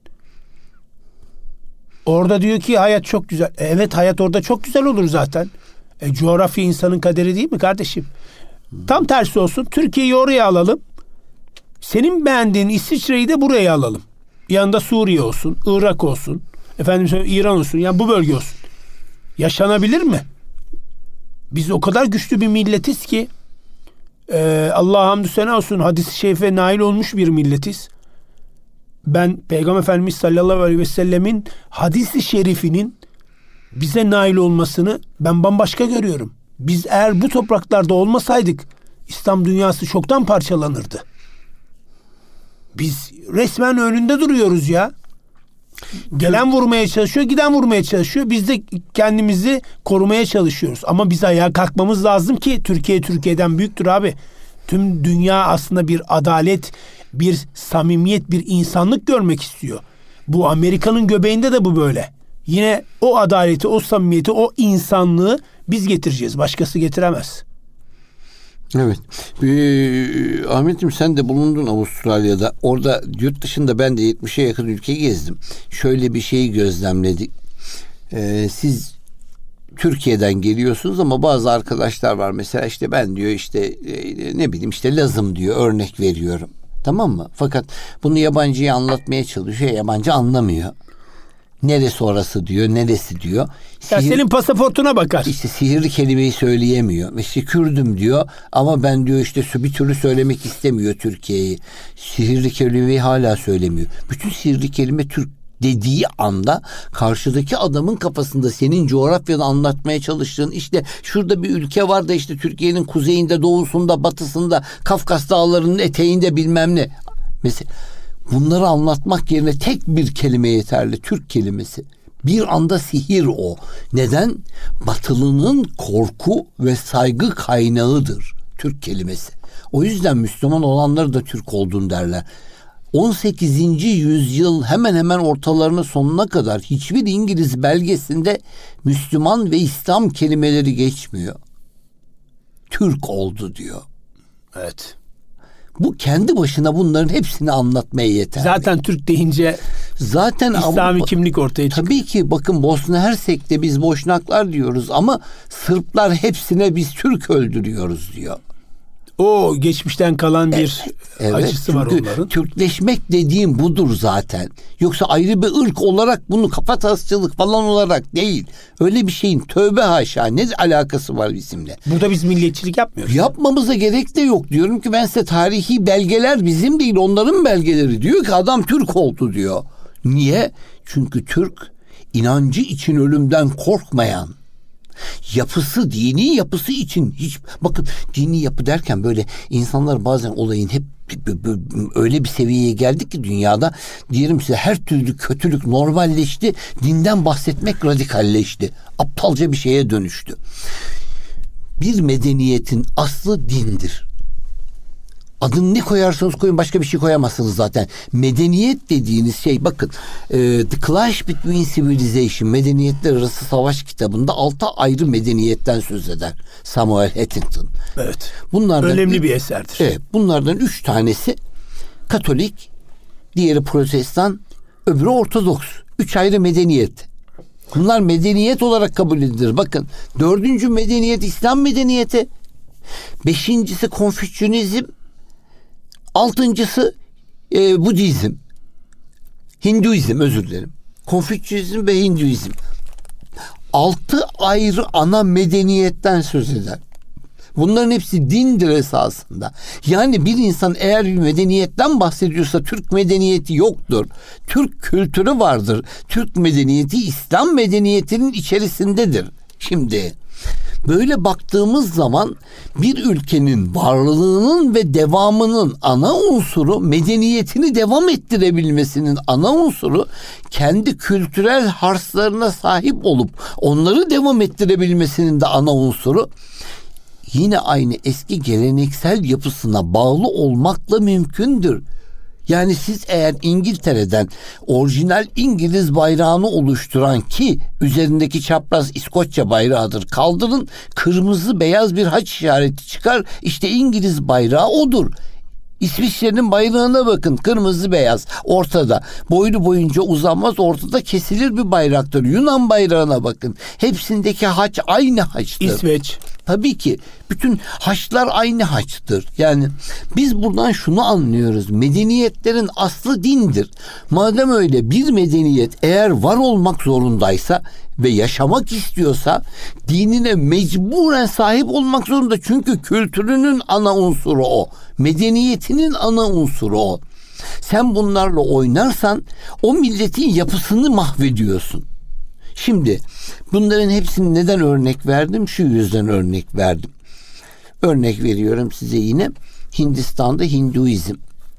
Orada diyor ki hayat çok güzel. E, evet hayat orada çok güzel olur zaten. E, coğrafya insanın kaderi değil mi kardeşim? Hı. Tam tersi olsun. Türkiye'yi oraya alalım. Senin beğendiğin İsviçre'yi de buraya alalım. Yanında Suriye olsun, Irak olsun, efendim İran olsun. Yani bu bölge olsun. Yaşanabilir mi? Biz o kadar güçlü bir milletiz ki e, Allah'a hamdü sena olsun hadis-i şerife nail olmuş bir milletiz. Ben Peygamber Efendimiz sallallahu aleyhi ve sellemin hadis-i şerifinin bize nail olmasını ben bambaşka görüyorum. Biz eğer bu topraklarda olmasaydık İslam dünyası çoktan parçalanırdı. Biz resmen önünde duruyoruz ya. Gelen vurmaya çalışıyor, giden vurmaya çalışıyor. Biz de kendimizi korumaya çalışıyoruz. Ama biz ayağa kalkmamız lazım ki Türkiye Türkiye'den büyüktür abi. Tüm dünya aslında bir adalet, bir samimiyet, bir insanlık görmek istiyor. Bu Amerika'nın göbeğinde de bu böyle. Yine o adaleti, o samimiyeti, o insanlığı biz getireceğiz. Başkası getiremez. Evet. Ee, Ahmet'im sen de bulundun Avustralya'da. Orada yurt dışında ben de yetmişe yakın ülke gezdim. Şöyle bir şeyi gözlemledik. Ee, siz Türkiye'den geliyorsunuz ama bazı arkadaşlar var. Mesela işte ben diyor işte e, ne bileyim işte Lazım diyor örnek veriyorum. Tamam mı? Fakat bunu yabancıya anlatmaya çalışıyor. Yabancı anlamıyor. Neresi orası diyor, neresi diyor. Ya Sihir, senin pasaportuna bakar. İşte sihirli kelimeyi söyleyemiyor. İşte Kürdüm diyor ama ben diyor işte bir türlü söylemek istemiyor Türkiye'yi. Sihirli kelimeyi hala söylemiyor. Bütün sihirli kelime Türk dediği anda karşıdaki adamın kafasında senin coğrafyada anlatmaya çalıştığın işte şurada bir ülke var da işte Türkiye'nin kuzeyinde, doğusunda, batısında, Kafkas dağlarının eteğinde bilmem ne. Mesela bunları anlatmak yerine tek bir kelime yeterli. Türk kelimesi. Bir anda sihir o. Neden? Batılının korku ve saygı kaynağıdır Türk kelimesi. O yüzden Müslüman olanları da Türk olduğunu derler. on sekizinci yüzyıl hemen hemen ortalarının sonuna kadar hiçbir İngiliz belgesinde Müslüman ve İslam kelimeleri geçmiyor. Türk oldu diyor. Evet. Bu kendi başına bunların hepsini anlatmaya yeter. Zaten Türk deyince zaten İslami Avrupa, kimlik ortaya çıkıyor. Tabii ki bakın Bosna Hersek'te biz Boşnaklar diyoruz ama Sırplar hepsine biz Türk öldürüyoruz diyor. O geçmişten kalan bir evet, acısı var onların. Türkleşmek dediğim budur zaten. Yoksa ayrı bir ırk olarak bunu kafatasçılık falan olarak değil. Öyle bir şeyin tövbe haşa ne alakası var bizimle? Burada biz milliyetçilik yapmıyoruz. Yapmamıza gerek de yok. Diyorum ki ben size tarihi belgeler bizim değil onların belgeleri. Diyor ki adam Türk oldu diyor. Niye? Çünkü Türk inancı için ölümden korkmayan, yapısı, dini yapısı için hiç, bakın dini yapı derken böyle insanlar bazen olayın hep öyle bir seviyeye geldi ki dünyada, diyelim size, her türlü kötülük normalleşti, dinden bahsetmek radikalleşti, aptalca bir şeye dönüştü. Bir medeniyetin aslı dindir. Adını ne koyarsanız koyun, başka bir şey koyamazsınız zaten. Medeniyet dediğiniz şey, bakın e, The Clash Between Civilization, Medeniyetler Arası Savaş kitabında altı ayrı medeniyetten söz eder Samuel Huntington. Evet. Bunlardan önemli üç, bir eserdir. Evet. Bunlardan üç tanesi Katolik, diğeri Protestan, öbürü Ortodoks. Üç ayrı medeniyet. Bunlar medeniyet olarak kabul edilir. Bakın, dördüncü medeniyet İslam medeniyeti. Beşincisi Konfüçyünizm. Altıncısı e, Budizm. Hinduizm, özür dilerim. Konfüçyüzm ve Hinduizm. Altı ayrı ana medeniyetten söz eder. Bunların hepsi dindir esasında. Yani bir insan eğer bir medeniyetten bahsediyorsa Türk medeniyeti yoktur. Türk kültürü vardır. Türk medeniyeti İslam medeniyetinin içerisindedir. Şimdi böyle baktığımız zaman bir ülkenin varlığının ve devamının ana unsuru, medeniyetini devam ettirebilmesinin ana unsuru, kendi kültürel harslarına sahip olup onları devam ettirebilmesinin de ana unsuru, yine aynı eski geleneksel yapısına bağlı olmakla mümkündür. Yani siz eğer İngiltere'den orijinal İngiliz bayrağını oluşturan, ki üzerindeki çapraz İskoçya bayrağıdır, kaldırın, kırmızı beyaz bir haç işareti çıkar, işte İngiliz bayrağı odur. İsviçre'nin bayrağına bakın, kırmızı beyaz ortada, boylu boyunca uzanmaz, ortada kesilir bir bayraktır. Yunan bayrağına bakın, hepsindeki haç aynı haçtır. İsveç. Tabii ki bütün haçlar aynı haçtır. Yani biz buradan şunu anlıyoruz: medeniyetlerin aslı dindir. Madem öyle, bir medeniyet eğer var olmak zorundaysa ve yaşamak istiyorsa dinine mecburen sahip olmak zorunda. Çünkü kültürünün ana unsuru o. Medeniyetinin ana unsuru o. Sen bunlarla oynarsan o milletin yapısını mahvediyorsun. Şimdi bunların hepsini neden örnek verdim? Şu yüzden örnek verdim. Örnek veriyorum size yine. Hindistan'da Hinduizm.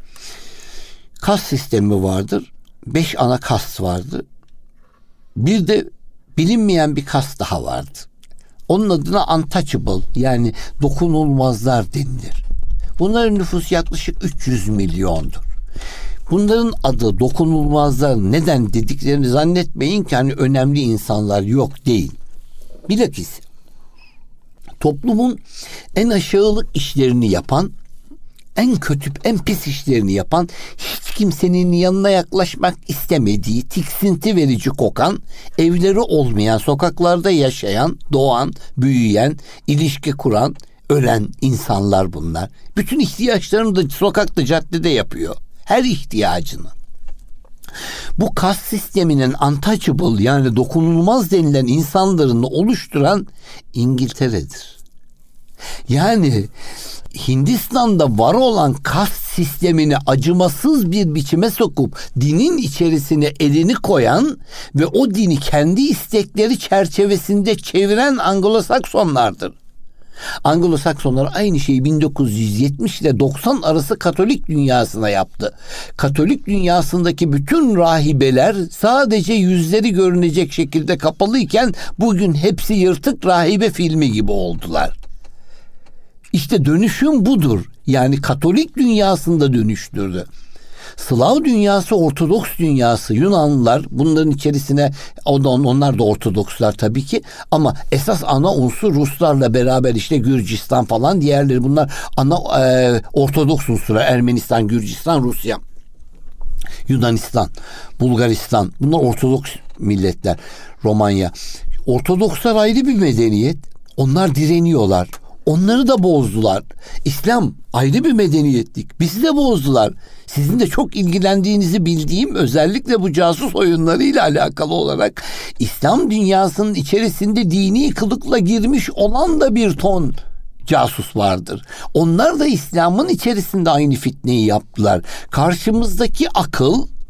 Kast sistemi vardır. Beş ana kast vardı. Bir de bilinmeyen bir kast daha vardı. Onun adına untouchable, yani dokunulmazlar denilir. Bunların nüfusu yaklaşık üç yüz milyondur. Bunların adı dokunulmazlar neden dediklerini zannetmeyin ki hani önemli insanlar, yok, değil. Bilakis toplumun en aşağılık işlerini yapan, en kötü, en pis işlerini yapan, hiç kimsenin yanına yaklaşmak istemediği, tiksinti verici kokan, evleri olmayan, sokaklarda yaşayan, doğan, büyüyen, ilişki kuran, ölen insanlar bunlar. Bütün ihtiyaçlarını da sokakta, caddede yapıyor. Her ihtiyacını. Bu kast sisteminin untouchable, yani dokunulmaz denilen insanlarını oluşturan İngiltere'dir. Yani Hindistan'da var olan kast sistemini acımasız bir biçime sokup dinin içerisine elini koyan ve o dini kendi istekleri çerçevesinde çeviren Anglo-Saksonlardır. Anglo-Saksonlar aynı şeyi bin dokuz yüz yetmiş ile doksan arası Katolik dünyasına yaptı. Katolik dünyasındaki bütün rahibeler sadece yüzleri görünecek şekilde kapalıyken bugün hepsi yırtık rahibe filmi gibi oldular. İşte dönüşüm budur. Yani Katolik dünyasında dönüştürdü. Slav dünyası, Ortodoks dünyası, Yunanlılar bunların içerisine, onlar da Ortodokslar tabii ki, ama esas ana unsur Ruslarla beraber işte Gürcistan falan, diğerleri bunlar ana e, Ortodoks unsurlar. Ermenistan, Gürcistan, Rusya, Yunanistan, Bulgaristan, bunlar Ortodoks milletler. Romanya. Ortodokslar ayrı bir medeniyet. Onlar direniyorlar. Onları da bozdular. İslam ayrı bir medeniyetlik. Bizi de bozdular. Sizin de çok ilgilendiğinizi bildiğim, özellikle bu casus oyunlarıyla alakalı olarak, İslam dünyasının içerisinde dini kılıkla girmiş olan da bir ton casus vardır. Onlar da İslam'ın içerisinde aynı fitneyi yaptılar. Karşımızdaki akıl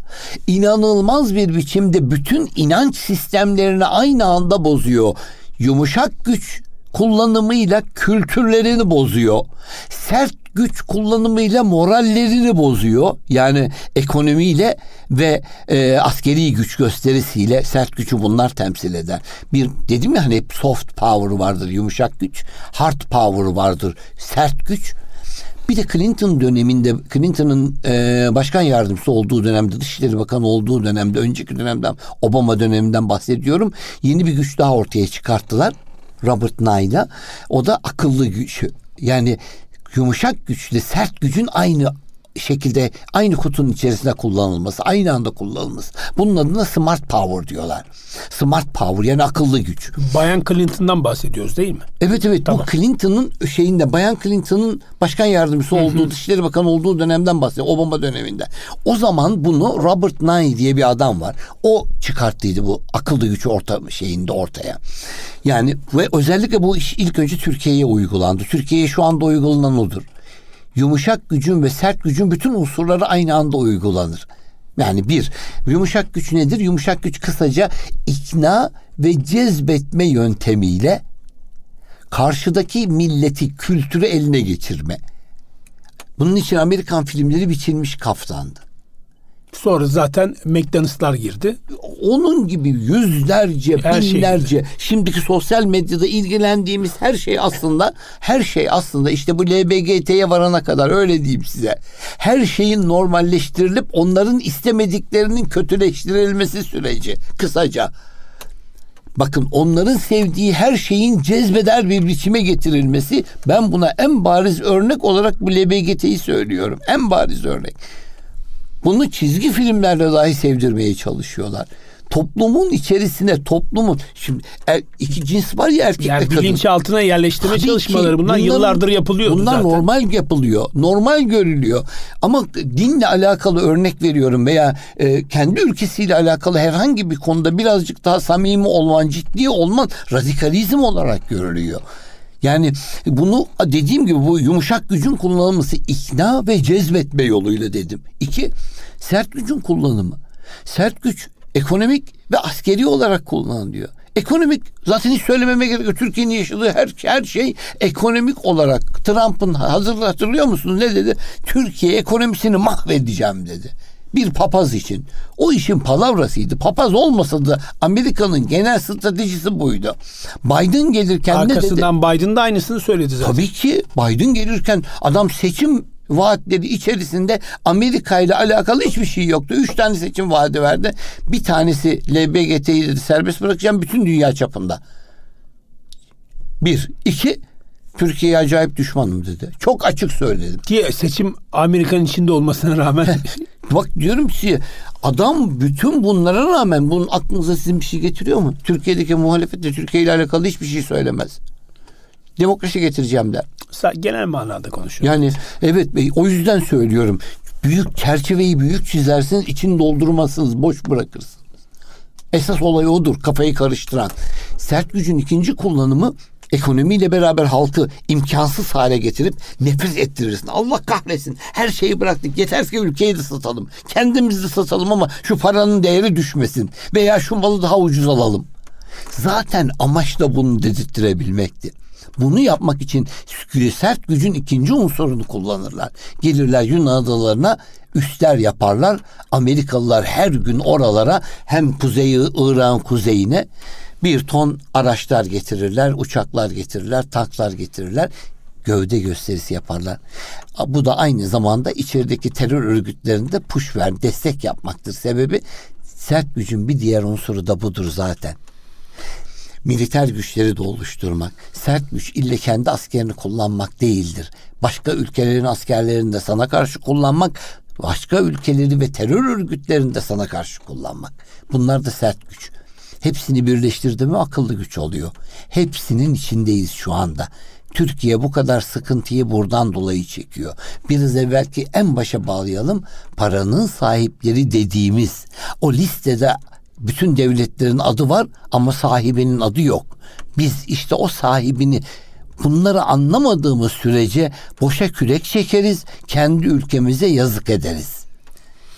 İnanılmaz bir biçimde bütün inanç sistemlerini aynı anda bozuyor. Yumuşak güç kullanımıyla kültürlerini bozuyor. Sert güç kullanımıyla morallerini bozuyor. Yani ekonomiyle ve e, askeri güç gösterisiyle sert gücü bunlar temsil eder. Bir dedim ya hani hep soft power vardır, yumuşak güç, hard power vardır, sert güç. Bir de Clinton döneminde, Clinton'ın e, başkan yardımcısı olduğu dönemde, Dışişleri Bakanı olduğu dönemde, önceki dönemden, Obama döneminden bahsediyorum. Yeni bir güç daha ortaya çıkarttılar. Robert Nye'la. O da akıllı güç. Yani yumuşak güçle sert gücün aynı şekilde, aynı kutunun içerisinde kullanılması, aynı anda kullanılması. Bunun adına smart power diyorlar. Smart power yani akıllı güç. Bayan Clinton'dan bahsediyoruz değil mi? Evet evet, tamam. Bu Clinton'ın şeyinde, Bayan Clinton'ın başkan yardımcısı olduğu, Dışişleri Bakanı olduğu dönemden bahsediyor. Obama döneminde. O zaman bunu Robert Nye diye bir adam var. O çıkarttıydı bu akıllı güç orta şeyinde ortaya. Yani ve özellikle bu iş ilk önce Türkiye'ye uygulandı. Türkiye'ye şu anda uygulanan odur. Yumuşak gücün ve sert gücün bütün unsurları aynı anda uygulanır. Yani bir, yumuşak güç nedir? Yumuşak güç kısaca ikna ve cezbetme yöntemiyle karşıdaki milleti, kültürü eline geçirme. Bunun için Amerikan filmleri biçilmiş kaftandı. Sonra zaten McDonald'slar girdi. Onun gibi yüzlerce, her binlerce, şey şimdiki sosyal medyada ilgilendiğimiz her şey aslında, her şey aslında işte bu L B G T'ye varana kadar, öyle diyeyim size. Her şeyin normalleştirilip onların istemediklerinin kötüleştirilmesi süreci. Kısaca. Bakın, onların sevdiği her şeyin cezbeder bir biçime getirilmesi, ben buna en bariz örnek olarak bu L B G T'yi söylüyorum. En bariz örnek. Bunu çizgi filmlerle dahi sevdirmeye çalışıyorlar. Toplumun içerisine, toplumun şimdi er, iki cins var ya, erkek yani ve kadın. Bilinçaltına yerleştirme Tabii çalışmaları bunlar bunların, yıllardır yapılıyordu bunlar zaten. Bunlar normal yapılıyor. Normal görülüyor. Ama dinle alakalı örnek veriyorum veya e, kendi ülkesiyle alakalı herhangi bir konuda birazcık daha samimi olman, ciddi olman radikalizm olarak görülüyor. Yani bunu dediğim gibi bu yumuşak gücün kullanılması ikna ve cezbetme yoluyla dedim. İki, sert gücün kullanımı. Sert güç ekonomik ve askeri olarak kullanılıyor. Ekonomik zaten hiç söylememe gerek yok. Türkiye'nin yaşadığı her, her şey ekonomik olarak. Trump'ın hazır hatırlıyor musunuz ne dedi? Türkiye ekonomisini mahvedeceğim dedi. Bir papaz için. O işin palavrasıydı. Papaz olmasa da Amerika'nın genel stratejisi buydu. Biden gelirken ne dedi? Arkasından Biden da aynısını söyledi zaten. Tabii ki Biden gelirken adam seçim vaatleri içerisinde Amerika ile alakalı hiçbir şey yoktu. Üç tane seçim vaadi verdi. Bir tanesi L B G T'yi dedi serbest bırakacağım bütün dünya çapında. Bir. iki Türkiye'ye acayip düşmanım dedi. Çok açık söyledim. Ki seçim Amerika'nın içinde olmasına rağmen. Bak diyorum ki adam bütün bunlara rağmen, bunun aklınıza sizin bir şey getiriyor mu? Türkiye'deki muhalefet de Türkiye ile alakalı hiçbir şey söylemez. Demokrasi getireceğim der. Genel manada konuşuyor. Yani evet bey, o yüzden söylüyorum. Büyük çerçeveyi büyük çizersiniz, içini doldurmazsınız, boş bırakırsınız. Esas olay odur, kafayı karıştıran. Sert gücün ikinci kullanımı ekonomiyle beraber halkı imkansız hale getirip nefret ettirirsin. Allah kahretsin. Her şeyi bıraktık. Yeter ki ülkeyi de satalım. Kendimizi de satalım ama şu paranın değeri düşmesin. Veya şu malı daha ucuz alalım. Zaten amaç da bunu dedirttirebilmekti. Bunu yapmak için sert gücün ikinci unsurunu kullanırlar. Gelirler Yunan adalarına, üsler yaparlar. Amerikalılar her gün oralara, hem kuzeyi, İrak'ın kuzeyine bir ton araçlar getirirler, uçaklar getirirler, tanklar getirirler, gövde gösterisi yaparlar. Bu da aynı zamanda içerideki terör örgütlerinde push ver, destek yapmaktır. Sebebi sert gücün bir diğer unsuru da budur zaten. Militer güçleri de oluşturmak. Sert güç ille kendi askerini kullanmak değildir. Başka ülkelerin askerlerini de sana karşı kullanmak, başka ülkeleri ve terör örgütlerini de sana karşı kullanmak. Bunlar da sert güç. Hepsini birleştirdi mi akıllı güç oluyor. Hepsinin içindeyiz şu anda. Türkiye bu kadar sıkıntıyı buradan dolayı çekiyor. Biraz evvelki en başa bağlayalım. Paranın sahipleri dediğimiz o listede bütün devletlerin adı var ama sahibinin adı yok. Biz işte o sahibini, bunları anlamadığımız sürece boşa kürek çekeriz, kendi ülkemize yazık ederiz.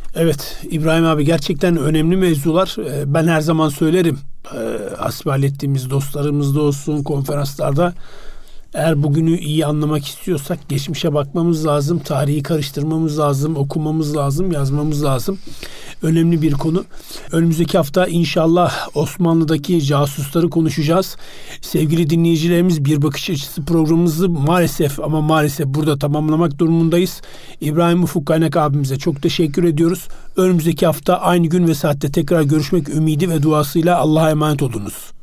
Evet İbrahim abi, gerçekten önemli mevzular. Ben her zaman söylerim, hasbihal ettiğimiz dostlarımızda olsun, konferanslarda, eğer bugünü iyi anlamak istiyorsak geçmişe bakmamız lazım, tarihi karıştırmamız lazım, okumamız lazım, yazmamız lazım. Önemli bir konu. Önümüzdeki hafta inşallah Osmanlı'daki casusları konuşacağız. Sevgili dinleyicilerimiz, Bir Bakış Açısı programımızı maalesef ama maalesef burada tamamlamak durumundayız. İbrahim Ufuk Kaynak abimize çok teşekkür ediyoruz. Önümüzdeki hafta aynı gün ve saatte tekrar görüşmek ümidi ve duasıyla Allah'a emanet olunuz.